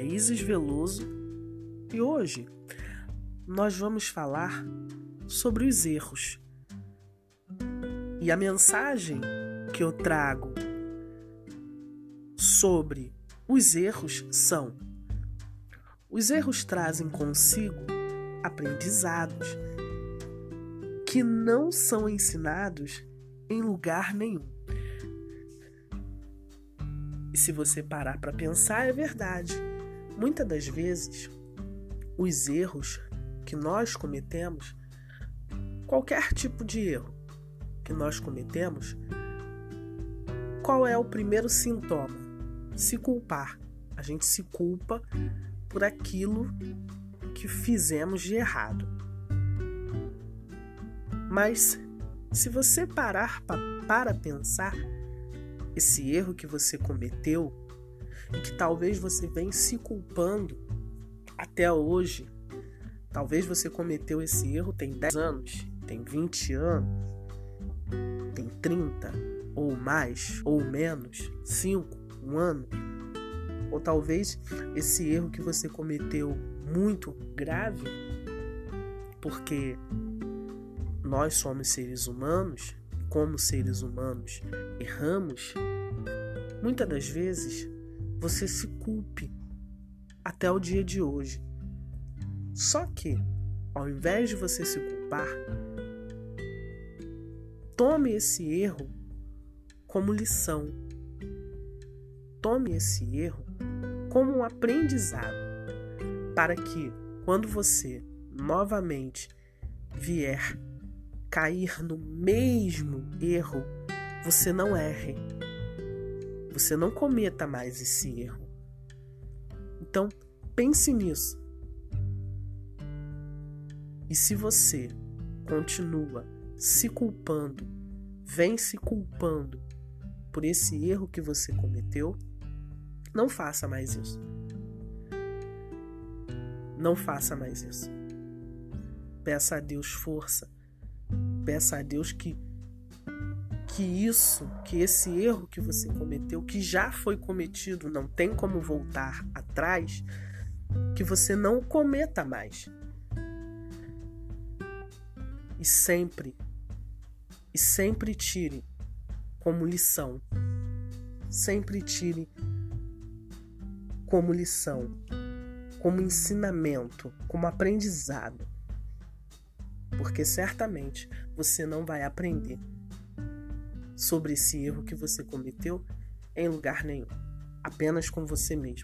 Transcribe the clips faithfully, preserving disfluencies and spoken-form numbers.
Isis Veloso e hoje nós vamos falar sobre os erros. E a mensagem que eu trago sobre os erros são: os erros trazem consigo aprendizados que não são ensinados em lugar nenhum. E se você parar para pensar, é verdade. Muitas das vezes, os erros que nós cometemos, qualquer tipo de erro que nós cometemos, qual é o primeiro sintoma? Se culpar. A gente se culpa por aquilo que fizemos de errado. Mas, se você parar pa- para pensar, esse erro que você cometeu e que talvez você venha se culpando até hoje, talvez você cometeu esse erro tem dez anos, tem vinte anos, tem trinta ou mais, ou menos, cinco, um ano, ou talvez esse erro que você cometeu muito grave, porque nós somos seres humanos, como seres humanos erramos, muitas das vezes você se culpe até o dia de hoje. Só que, ao invés de você se culpar, tome esse erro como lição. Tome esse erro como um aprendizado, para que, quando você novamente vier cair no mesmo erro, você não erre. Você não cometa mais esse erro. Então, pense nisso. E se você continua se culpando, vem se culpando por esse erro que você cometeu, não faça mais isso. Não faça mais isso. Peça a Deus força. Peça a Deus que, que isso, que esse erro que você cometeu, que já foi cometido, não tem como voltar atrás, que você não o cometa mais. E sempre, e sempre tire como lição, sempre tire como lição, como ensinamento, como aprendizado. Porque certamente você não vai aprender sobre esse erro que você cometeu em lugar nenhum, apenas com você mesmo.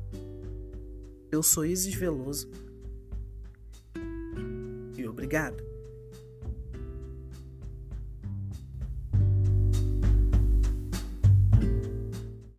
Eu sou Isis Veloso e obrigado.